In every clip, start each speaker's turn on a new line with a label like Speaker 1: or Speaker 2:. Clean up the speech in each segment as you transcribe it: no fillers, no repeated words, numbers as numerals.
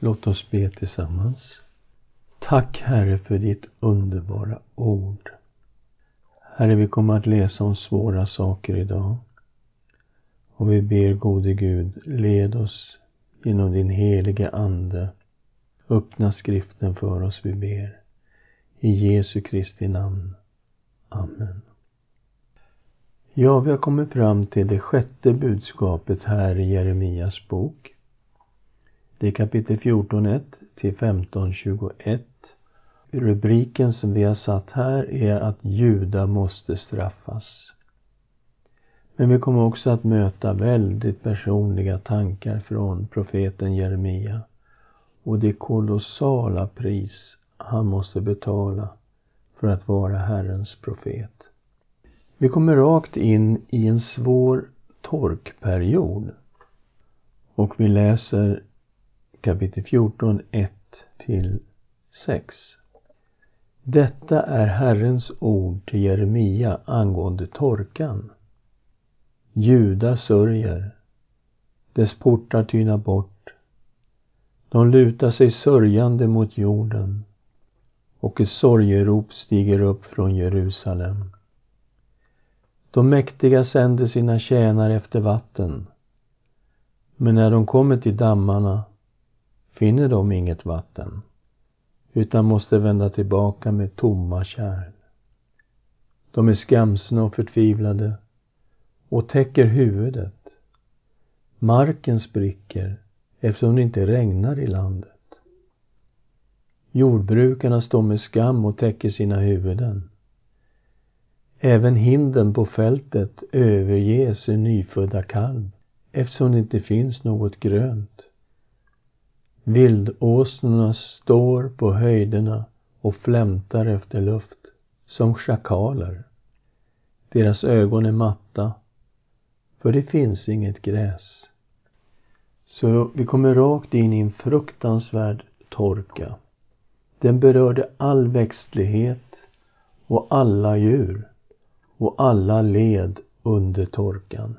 Speaker 1: Låt oss be tillsammans. Tack Herre för ditt underbara ord. Herre, vi kommer att läsa om svåra saker idag. Och vi ber gode Gud, led oss genom din helige ande. Öppna skriften för oss, vi ber. I Jesu Kristi namn. Amen. Ja, vi har kommit fram till det 6:e budskapet här i Jeremias bok. Det är kapitel 14:1 till 15:21. Rubriken som vi har satt här är att Juda måste straffas. Men vi kommer också att möta väldigt personliga tankar från profeten Jeremia. Och det kolossala pris han måste betala för att vara Herrens profet. Vi kommer rakt in i en svår torkperiod. Och vi läser kapitel 14:1 till 6. Detta är Herrens ord till Jeremia angående torkan. Juda sörjer, dess portar tynar bort. De lutar sig sörjande mot jorden, och ett sorgerop stiger upp från Jerusalem. De mäktiga sänder sina tjänare efter vatten, men när de kommer till dammarna finner de inget vatten, utan måste vända tillbaka med tomma kärl. De är skamsna och förtvivlade och täcker huvudet. Marken spricker eftersom det inte regnar i landet. Jordbrukarna står med skam och täcker sina huvuden. Även hinden på fältet överger sin nyfödda kalv eftersom det inte finns något grönt. Vildåsnorna står på höjderna och flämtar efter luft som schakaler. Deras ögon är matta, för det finns inget gräs. Så vi kommer rakt in i en fruktansvärd torka. Den berörde all växtlighet och alla djur och alla led under torkan.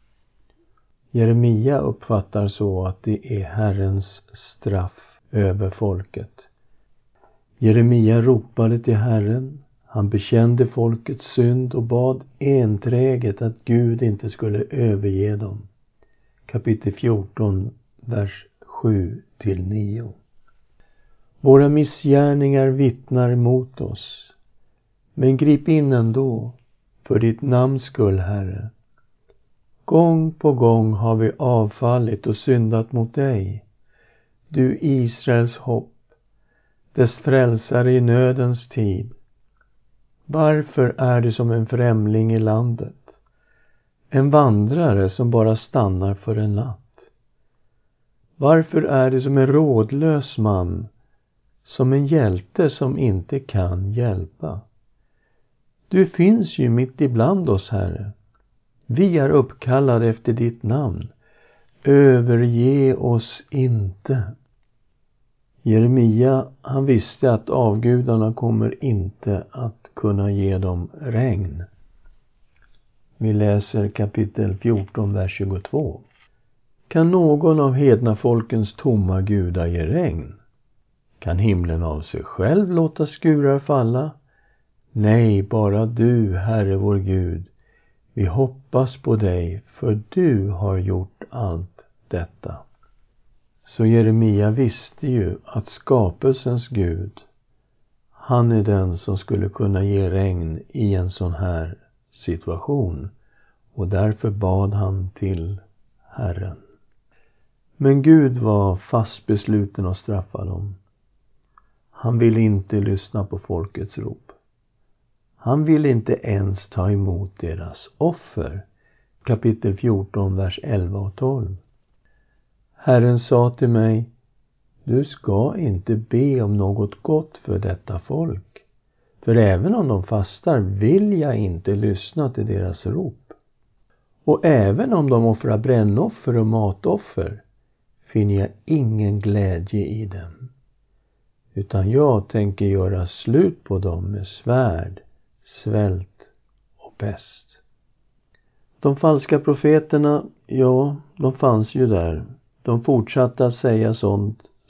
Speaker 1: Jeremia uppfattar så att det är Herrens straff över folket. Jeremia ropade till Herren. Han bekände folkets synd och bad enträget att Gud inte skulle överge dem. Kapitel 14, vers 7-9. Våra missgärningar vittnar mot oss, men grip in ändå för ditt namns skull, Herre. Gång på gång har vi avfallit och syndat mot dig, du Israels hopp, dess frälsare i nödens tid. Varför är du som en främling i landet, en vandrare som bara stannar för en natt? Varför är du som en rådlös man, som en hjälte som inte kan hjälpa? Du finns ju mitt ibland oss, Herre. Vi är uppkallade efter ditt namn. Överge oss inte. Jeremia, han visste att avgudarna kommer inte att kunna ge dem regn. Vi läser kapitel 14, vers 22. Kan någon av hedna folkens tomma gudar ge regn? Kan himlen av sig själv låta skurar falla? Nej, bara du, Herre vår Gud. Vi hoppas på dig, för du har gjort allt detta. Så Jeremia visste ju att skapelsens Gud, han är den som skulle kunna ge regn i en sån här situation. Och därför bad han till Herren. Men Gud var fast besluten att straffa dem. Han ville inte lyssna på folkets rop. Han ville inte ens ta emot deras offer. Kapitel 14, vers 11 och 12. Herren sa till mig, du ska inte be om något gott för detta folk. För även om de fastar vill jag inte lyssna till deras rop. Och även om de offrar brännoffer och matoffer finner jag ingen glädje i dem. Utan jag tänker göra slut på dem med svärd, svält och pest. De falska profeterna, ja, de fanns ju där. De fortsatte att säga sånt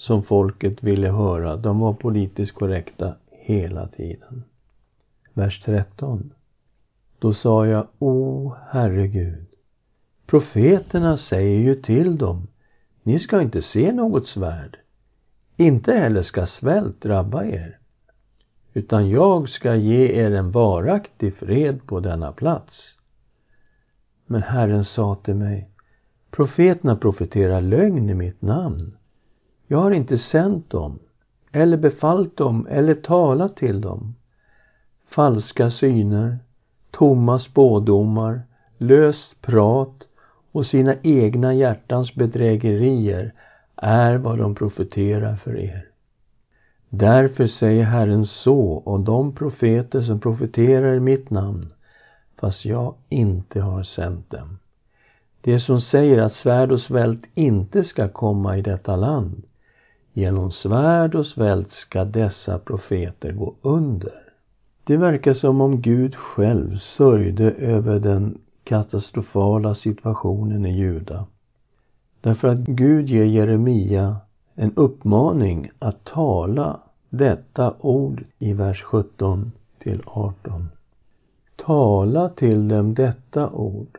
Speaker 1: som folket ville höra. De var politiskt korrekta hela tiden. Vers 13. Då sa jag, o Herregud, profeterna säger ju till dem, ni ska inte se något svärd. Inte heller ska svält drabba er. Utan jag ska ge er en varaktig fred på denna plats. Men Herren sa till mig, profeterna profeterar lögn i mitt namn. Jag har inte sänt dem, eller befallt dem, eller talat till dem. Falska syner, tomma spådomar, löst prat och sina egna hjärtans bedrägerier är vad de profeterar för er. Därför säger Herren så om de profeter som profeterar i mitt namn, fast jag inte har sänt dem. Det som säger att svärd och svält inte ska komma i detta land. Genom svärd och svält ska dessa profeter gå under. Det verkar som om Gud själv sörjde över den katastrofala situationen i Juda. Därför att Gud ger Jeremia en uppmaning att tala detta ord i vers 17 till 18. Tala till dem detta ord.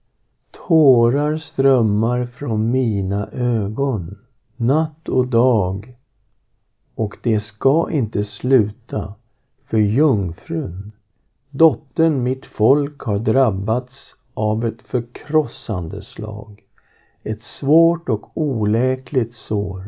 Speaker 1: Tårar strömmar från mina ögon, natt och dag, och det ska inte sluta för jungfrun. Dottern mitt folk har drabbats av ett förkrossande slag, ett svårt och oläkligt sår.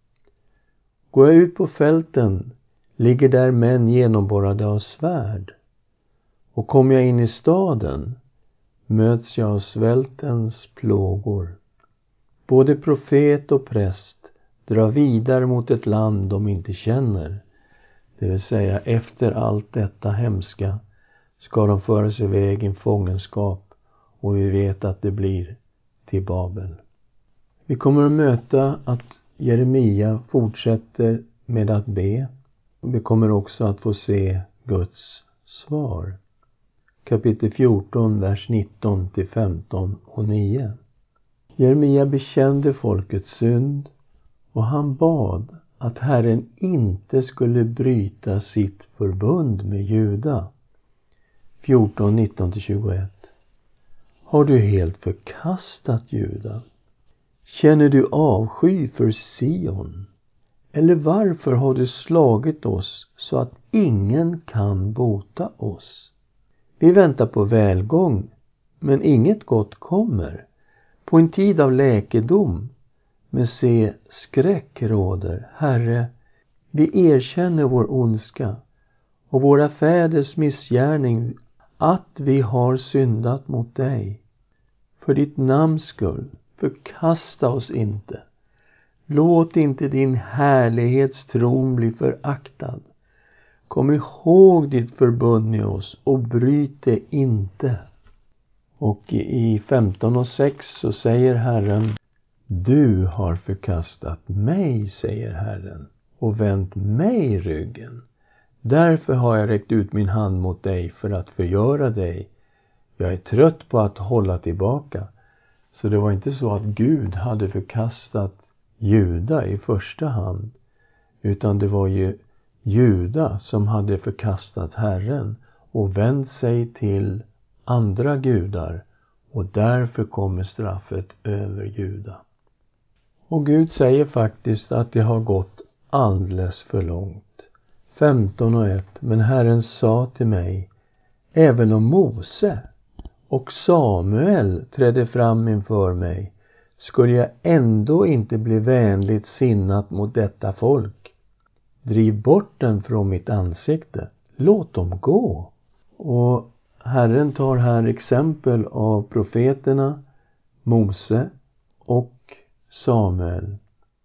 Speaker 1: Går jag ut på fälten ligger där män genomborrade av svärd, och kommer jag in i staden möts jag av svältens plågor. Både profet och präst drar vidare mot ett land de inte känner. Det vill säga, efter allt detta hemska ska de föras iväg i fångenskap, och vi vet att det blir till Babel. Vi kommer att möta att Jeremia fortsätter med att be. Vi kommer också att få se Guds svar. Kapitel 14, vers 19 till 15 och 9. Jeremia bekände folkets synd, och han bad att Herren inte skulle bryta sitt förbund med Juda. 14, 19 till 21. Har du helt förkastat Juda? Känner du avsky för Sion? Eller varför har du slagit oss så att ingen kan bota oss? Vi väntar på välgång, men inget gott kommer. På en tid av läkedom, men se, skräck råder. Herre, vi erkänner vår ondska och våra fäders missgärning, att vi har syndat mot dig. För ditt namns skull, förkasta oss inte. Låt inte din härlighetstron bli föraktad. Kom ihåg ditt förbund med oss och bryt det inte. Och i 15 och 6 så säger Herren, du har förkastat mig, säger Herren, och vänt mig ryggen. Därför har jag räckt ut min hand mot dig för att förgöra dig. Jag är trött på att hålla tillbaka. Så det var inte så att Gud hade förkastat Juda i första hand, utan det var ju Juda som hade förkastat Herren och vänt sig till andra gudar, och därför kommer straffet över Juda. Och Gud säger faktiskt att det har gått alldeles för långt. 15 och 1. Men Herren sa till mig, även om Mose och Samuel trädde fram inför mig, skulle jag ändå inte bli vänligt sinnat mot detta folk. Driv bort den från mitt ansikte. Låt dem gå. Och Herren tar här exempel av profeterna Mose och Samuel.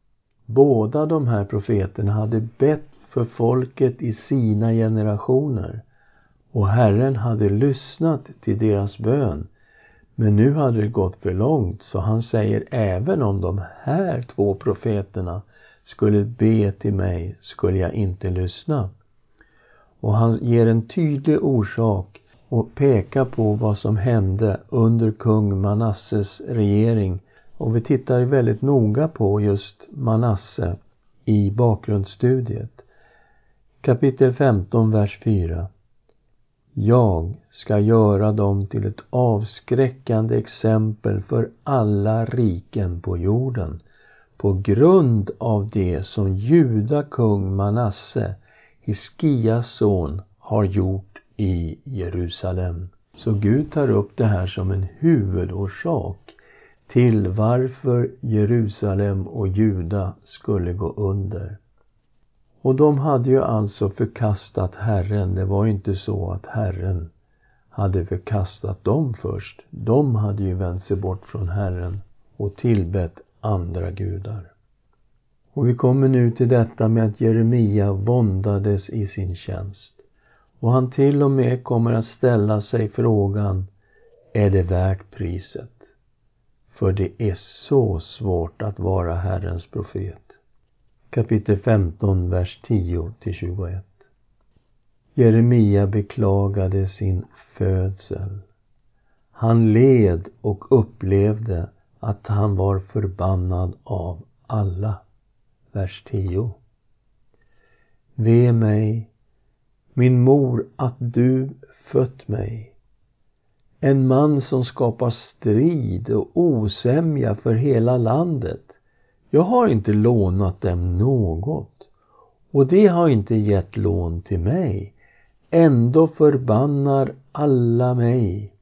Speaker 1: Båda de här profeterna hade bett för folket i sina generationer, och Herren hade lyssnat till deras bön. Men nu hade det gått för långt, så han säger, även om de här 2 profeterna skulle be till mig, skulle jag inte lyssna. Och han ger en tydlig orsak och pekar på vad som hände under kung Manasses regering. Och vi tittar väldigt noga på just Manasse i bakgrundsstudiet. Kapitel 15, vers 4. Jag ska göra dem till ett avskräckande exempel för alla riken på jorden, på grund av det som Juda kung Manasse, Hiskias son, har gjort i Jerusalem. Så Gud tar upp det här som en huvudorsak till varför Jerusalem och Juda skulle gå under. Och de hade ju alltså förkastat Herren. Det var inte så att Herren hade förkastat dem först. De hade ju vänt sig bort från Herren och tillbett andra gudar. Och vi kommer nu till detta med att Jeremia våndades i sin tjänst. Och han till och med kommer att ställa sig frågan: är det värt priset? För det är så svårt att vara Herrens profet. Kapitel 15, vers 10-21. Jeremia beklagade sin födsel. Han led och upplevde att han var förbannad av alla. Vers 10. Ve mig, min mor, att du fött mig. En man som skapar strid och osämja för hela landet. Jag har inte lånat dem något, och det har inte gett lån till mig. Ändå förbannar alla mig.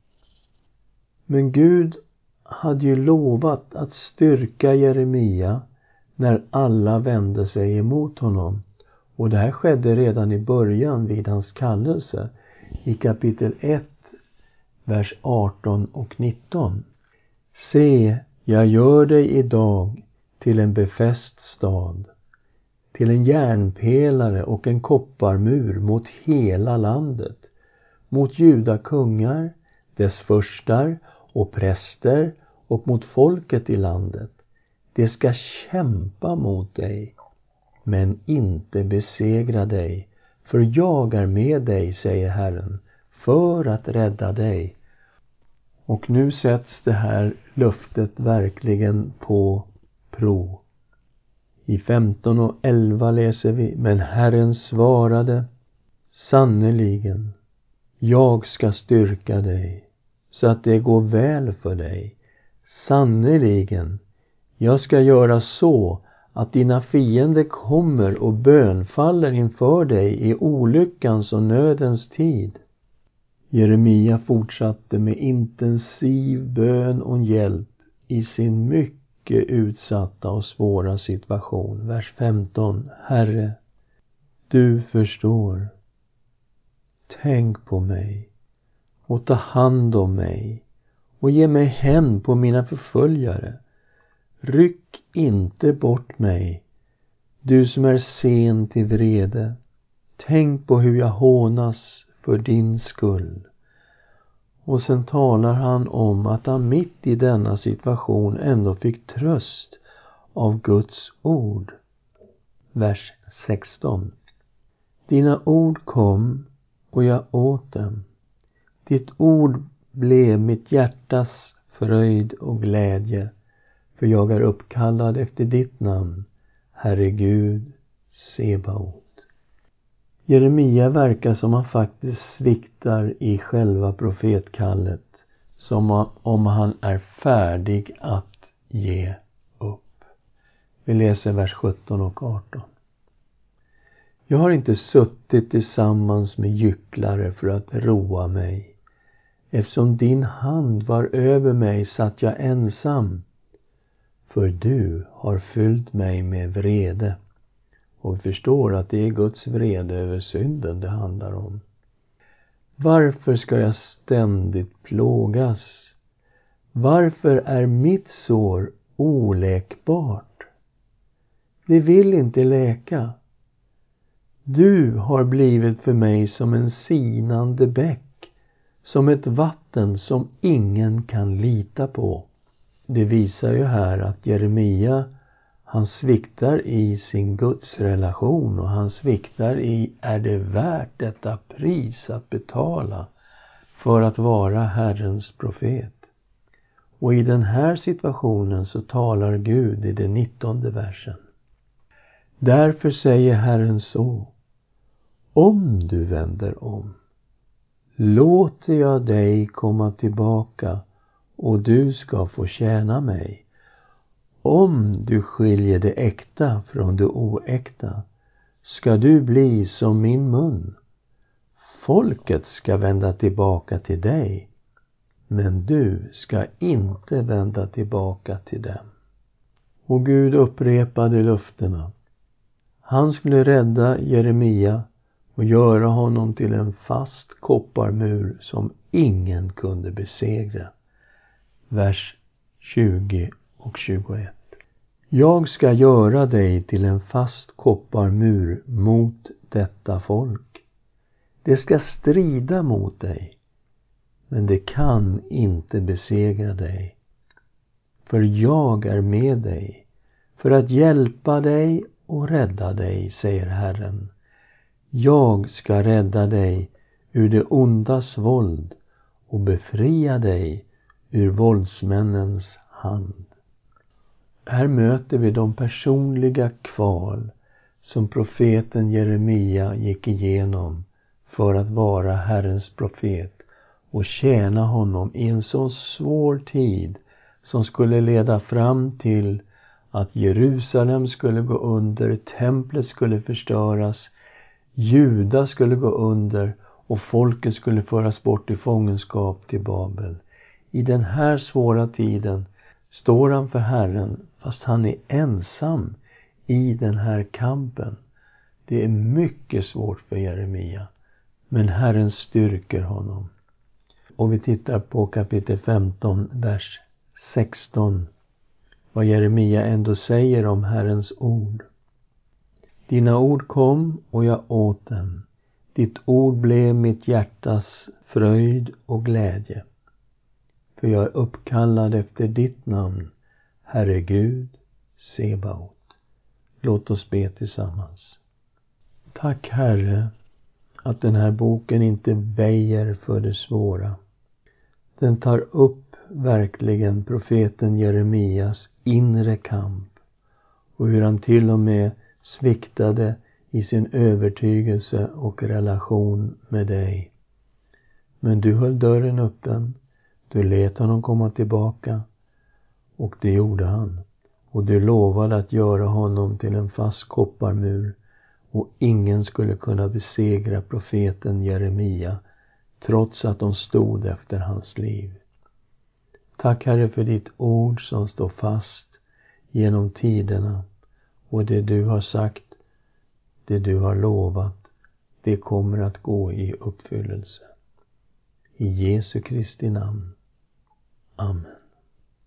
Speaker 1: Men Gud hade ju lovat att styrka Jeremia när alla vände sig emot honom. Och det här skedde redan i början vid hans kallelse. I kapitel 1, vers 18 och 19. Se, jag gör dig idag till en befäst stad, till en järnpelare och en kopparmur mot hela landet, mot Juda kungar, dess förstar och präster och mot folket i landet. Det ska kämpa mot dig, men inte besegra dig, för jag är med dig, säger Herren, för att rädda dig. Och nu sätts det här löftet verkligen på prov. I 15 och 11 läser vi: men Herren svarade: sannerligen, jag ska styrka dig så att det går väl för dig. Sannerligen, jag ska göra så att dina fiender kommer och bönfaller inför dig i olyckans och nödens tid. Jeremia fortsatte med intensiv bön och hjälp i sin mycket utsatta och svåra situation. Vers 15. Herre, du förstår. Tänk på mig och ta hand om mig och ge mig hän på mina förföljare. Ryck inte bort mig, du som är sen till vrede. Tänk på hur jag hånas för din skull. Och sen talar han om att han mitt i denna situation ändå fick tröst av Guds ord. Vers 16. Dina ord kom och jag åt dem. Ditt ord blev mitt hjärtas fröjd och glädje. För jag är uppkallad efter ditt namn, Herre Gud, Sebaot. Jeremia verkar som han faktiskt sviktar i själva profetkallet, som om han är färdig att ge upp. Vi läser vers 17 och 18. Jag har inte suttit tillsammans med gycklare för att roa mig. Eftersom din hand var över mig satt jag ensam. För du har fyllt mig med vrede. Och vi förstår att det är Guds vrede över synden det handlar om. Varför ska jag ständigt plågas? Varför är mitt sår oläkbart? Det vill inte läka. Du har blivit för mig som en sinande bäck, som ett vatten som ingen kan lita på. Det visar ju här att Jeremia, han sviktar i sin gudsrelation och han sviktar i: är det värt detta pris att betala för att vara Herrens profet? Och i den här situationen så talar Gud i den 19:e versen. Därför säger Herren så: om du vänder om, låter jag dig komma tillbaka och du ska få tjäna mig. Om du skiljer det äkta från det oäkta, ska du bli som min mun. Folket ska vända tillbaka till dig, men du ska inte vända tillbaka till dem. Och Gud upprepade löftena. Han skulle rädda Jeremia och göra honom till en fast kopparmur som ingen kunde besegra. Vers 20 och 21. Jag ska göra dig till en fast kopparmur mot detta folk. Det ska strida mot dig, men det kan inte besegra dig. För jag är med dig för att hjälpa dig och rädda dig, säger Herren. Jag ska rädda dig ur det ondas våld och befria dig ur våldsmännens hand. Här möter vi de personliga kval som profeten Jeremia gick igenom för att vara Herrens profet och tjäna honom i en så svår tid som skulle leda fram till att Jerusalem skulle gå under, templet skulle förstöras, Juda skulle gå under och folket skulle föras bort i fångenskap till Babel. I den här svåra tiden står han för Herren, fast han är ensam i den här kampen. Det är mycket svårt för Jeremia, men Herren styrker honom. Och vi tittar på kapitel 15, vers 16. Vad Jeremia ändå säger om Herrens ord. Dina ord kom och jag åt dem. Ditt ord blev mitt hjärtas fröjd och glädje. För jag är uppkallad efter ditt namn, Herre Gud, Sebaot. Låt oss be tillsammans. Tack Herre, att den här boken inte väjer för det svåra. Den tar upp verkligen profeten Jeremias inre kamp och hur han till och med sviktade i sin övertygelse och relation med dig. Men du höll dörren öppen, du lät honom komma tillbaka och det gjorde han. Och du lovade att göra honom till en fast kopparmur och ingen skulle kunna besegra profeten Jeremia trots att de stod efter hans liv. Tack Herre för ditt ord som står fast genom tiderna och det du har sagt, det du har lovat, det kommer att gå i uppfyllelse. I Jesu Kristi namn. Amen.